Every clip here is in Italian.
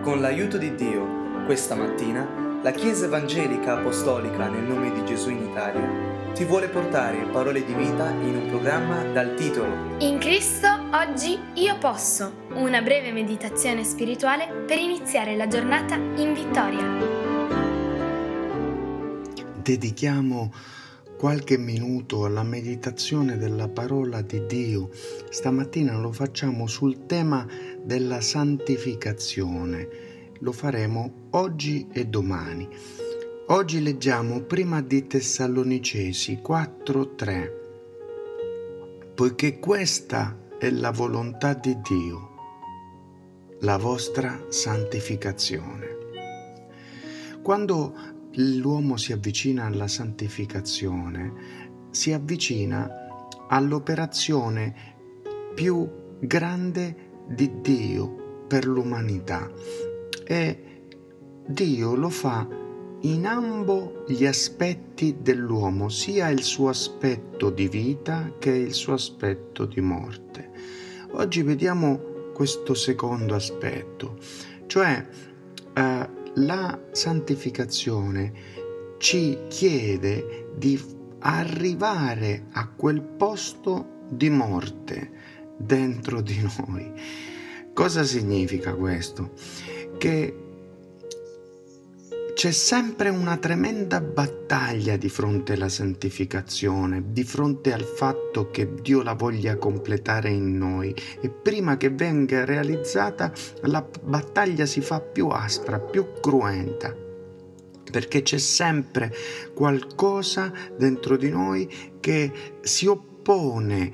Con l'aiuto di Dio, questa mattina, la Chiesa Evangelica Apostolica nel nome di Gesù in Italia ti vuole portare parole di vita in un programma dal titolo In Cristo oggi io posso, una breve meditazione spirituale per iniziare la giornata in vittoria. Dedichiamo qualche minuto alla meditazione della parola di Dio. Stamattina lo facciamo sul tema della santificazione. Lo faremo oggi e domani. Oggi leggiamo prima di Tessalonicesi 4:3. Poiché questa è la volontà di Dio, la vostra santificazione. Quando l'uomo si avvicina alla santificazione, si avvicina all'operazione più grande di Dio per l'umanità e Dio lo fa in ambo gli aspetti dell'uomo, sia il suo aspetto di vita che il suo aspetto di morte. Oggi vediamo questo secondo aspetto, cioè la santificazione ci chiede di arrivare a quel posto di morte dentro di noi. Cosa significa questo? Che c'è sempre una tremenda battaglia di fronte alla santificazione, di fronte al fatto che Dio la voglia completare in noi, e prima che venga realizzata la battaglia si fa più aspra, più cruenta, perché c'è sempre qualcosa dentro di noi che si oppone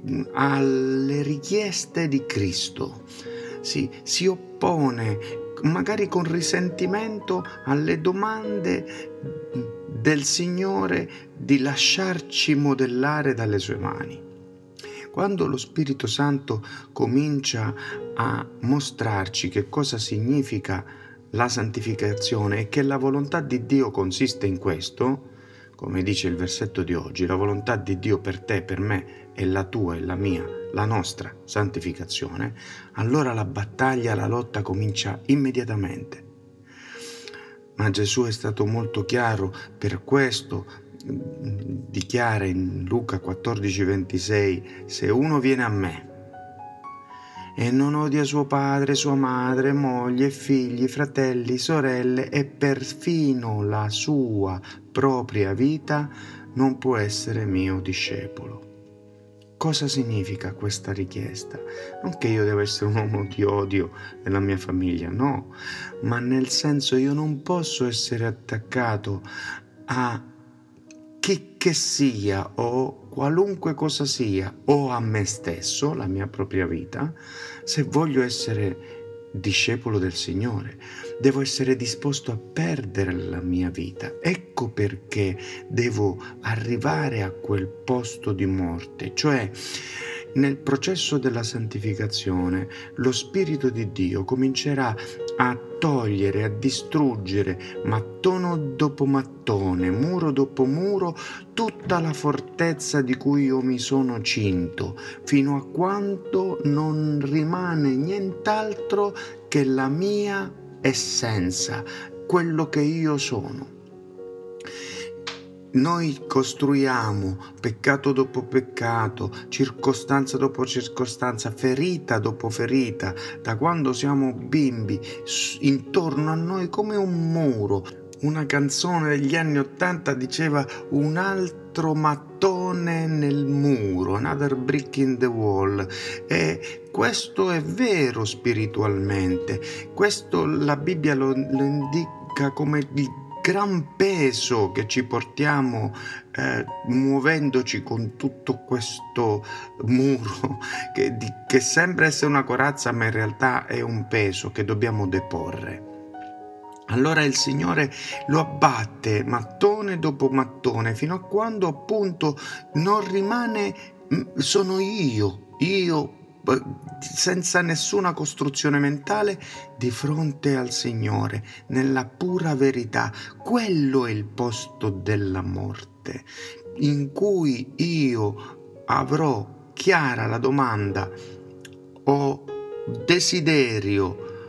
alle richieste di Cristo, si oppone magari con risentimento alle domande del Signore di lasciarci modellare dalle sue mani. Quando lo Spirito Santo comincia a mostrarci che cosa significa la santificazione e che la volontà di Dio consiste in questo, come dice il versetto di oggi, la volontà di Dio per te, per me, è la tua e la mia, la nostra santificazione, allora la battaglia, la lotta comincia immediatamente. Ma Gesù è stato molto chiaro, per questo dichiara in Luca 14:26: se uno viene a me e non odia suo padre, sua madre, moglie, figli, fratelli, sorelle e perfino la sua propria vita, non può essere mio discepolo. Cosa significa questa richiesta? Non che io devo essere un uomo di odio nella mia famiglia, no, ma nel senso io non posso essere attaccato a chi che sia o qualunque cosa sia o a me stesso, la mia propria vita, se voglio essere discepolo del Signore. Devo essere disposto a perdere la mia vita. Ecco perché devo arrivare a quel posto di morte, cioè nel processo della santificazione lo Spirito di Dio comincerà a togliere, a distruggere mattone dopo mattone, muro dopo muro, tutta la fortezza di cui io mi sono cinto, fino a quando non rimane nient'altro che la mia essenza, quello che io sono. Noi costruiamo peccato dopo peccato, circostanza dopo circostanza, ferita dopo ferita, da quando siamo bimbi, intorno a noi come un muro. Una canzone degli anni '80 diceva un altro mattone nel muro, another brick in the wall, e questo è vero spiritualmente, questo la Bibbia lo indica come il gran peso che ci portiamo muovendoci con tutto questo muro che sembra essere una corazza, ma in realtà è un peso che dobbiamo deporre. Allora il Signore lo abbatte mattone dopo mattone fino a quando appunto non rimane, sono io senza nessuna costruzione mentale di fronte al Signore, nella pura verità. Quello è il posto della morte, in cui io avrò chiara la domanda: ho desiderio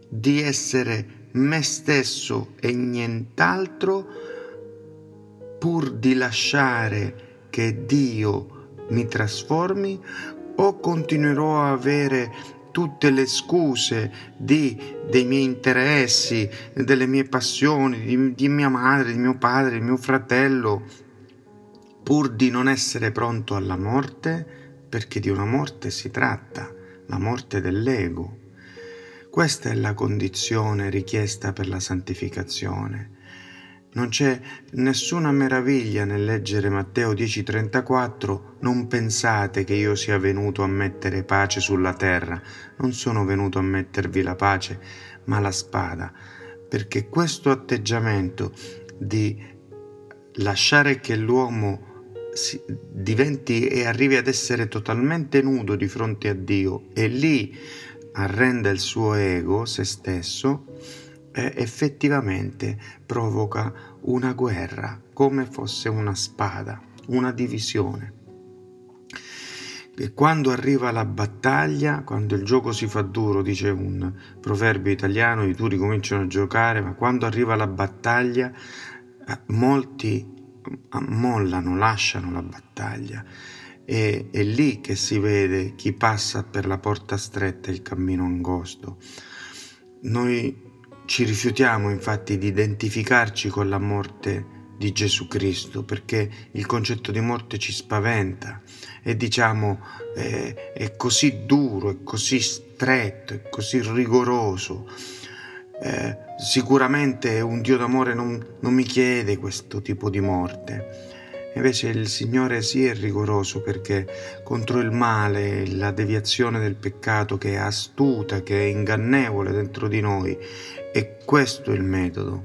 di essere me stesso e nient'altro, pur di lasciare che Dio mi trasformi, o continuerò a avere tutte le scuse dei miei interessi, delle mie passioni, di mia madre, di mio padre, di mio fratello, pur di non essere pronto alla morte, perché di una morte si tratta, la morte dell'ego. Questa è la condizione richiesta per la santificazione. Non c'è nessuna meraviglia nel leggere Matteo 10,34: non pensate che io sia venuto a mettere pace sulla terra, non sono venuto a mettervi la pace, ma la spada, perché questo atteggiamento di lasciare che l'uomo diventi e arrivi ad essere totalmente nudo di fronte a Dio e lì arrenda il suo ego, se stesso, effettivamente provoca una guerra, come fosse una spada, una divisione. E quando arriva la battaglia, quando il gioco si fa duro, dice un proverbio italiano, i duri cominciano a giocare, ma quando arriva la battaglia, molti mollano, lasciano la battaglia. E è lì che si vede chi passa per la porta stretta e il cammino angosto. Noi ci rifiutiamo infatti di identificarci con la morte di Gesù Cristo, perché il concetto di morte ci spaventa e diciamo è così duro, è così stretto, è così rigoroso. Sicuramente un Dio d'amore non mi chiede questo tipo di morte. Invece il Signore sì è rigoroso, perché contro il male, la deviazione del peccato che è astuta, che è ingannevole dentro di noi, è questo il metodo.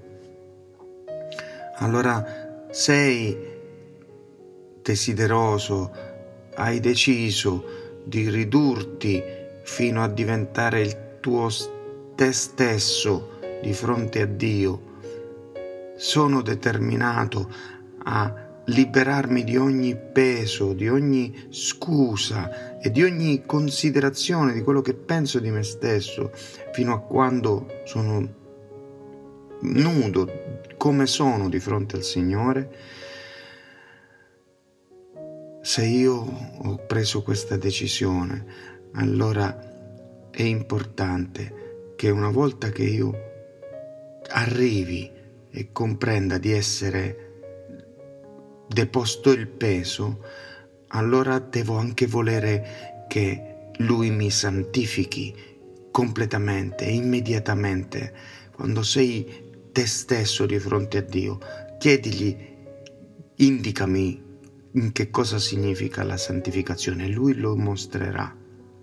Allora sei desideroso, hai deciso di ridurti fino a diventare il tuo te stesso di fronte a Dio. Sono determinato a liberarmi di ogni peso, di ogni scusa e di ogni considerazione di quello che penso di me stesso, fino a quando sono nudo come sono di fronte al Signore. Se io ho preso questa decisione, allora è importante che una volta che io arrivi e comprenda di essere deposto il peso, allora devo anche volere che Lui mi santifichi completamente e immediatamente. Quando sei te stesso di fronte a Dio, chiedigli, indicami in che cosa significa la santificazione, Lui lo mostrerà.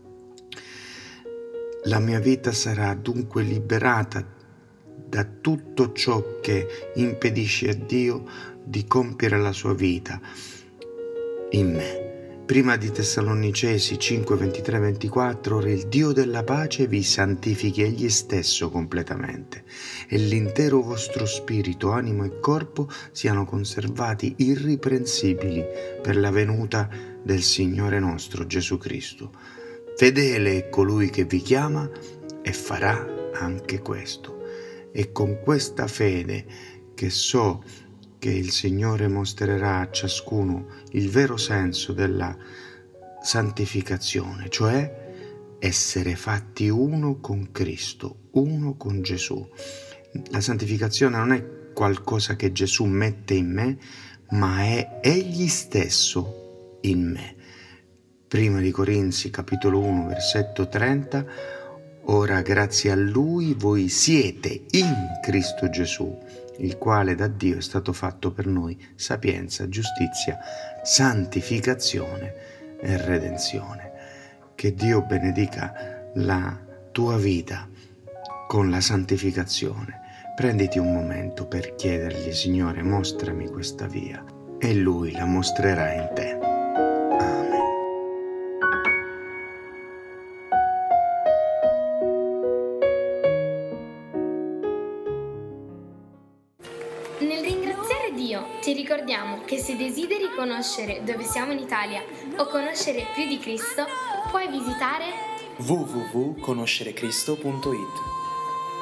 La mia vita sarà dunque liberata da tutto ciò che impedisce a Dio di compiere la sua vita in me. Prima di Tessalonicesi 5, 23, 24, ora il Dio della pace vi santifichi egli stesso completamente, e l'intero vostro spirito, animo e corpo siano conservati irriprensibili per la venuta del Signore nostro Gesù Cristo. Fedele è colui che vi chiama e farà anche questo. E con questa fede che so che il Signore mostrerà a ciascuno il vero senso della santificazione, cioè essere fatti uno con Cristo, uno con Gesù. La santificazione non è qualcosa che Gesù mette in me, ma è Egli stesso in me. Prima di Corinzi, capitolo 1, versetto 30, ora grazie a Lui voi siete in Cristo Gesù, il quale da Dio è stato fatto per noi sapienza, giustizia, santificazione e redenzione. Che Dio benedica la tua vita con la santificazione. Prenditi un momento per chiedergli: Signore, mostrami questa via, e Lui la mostrerà in te. Amen. Nel ringraziare Dio ti ricordiamo che se desideri conoscere dove siamo in Italia o conoscere più di Cristo, puoi visitare www.conoscerecristo.it.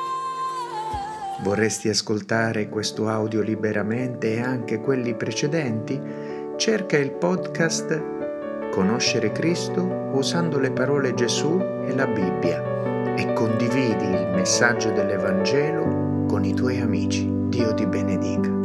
Vorresti ascoltare questo audio liberamente e anche quelli precedenti? Cerca il podcast Conoscere Cristo usando le parole Gesù e la Bibbia e condividi il messaggio dell'Evangelo con i tuoi amici. Dio ti benedica.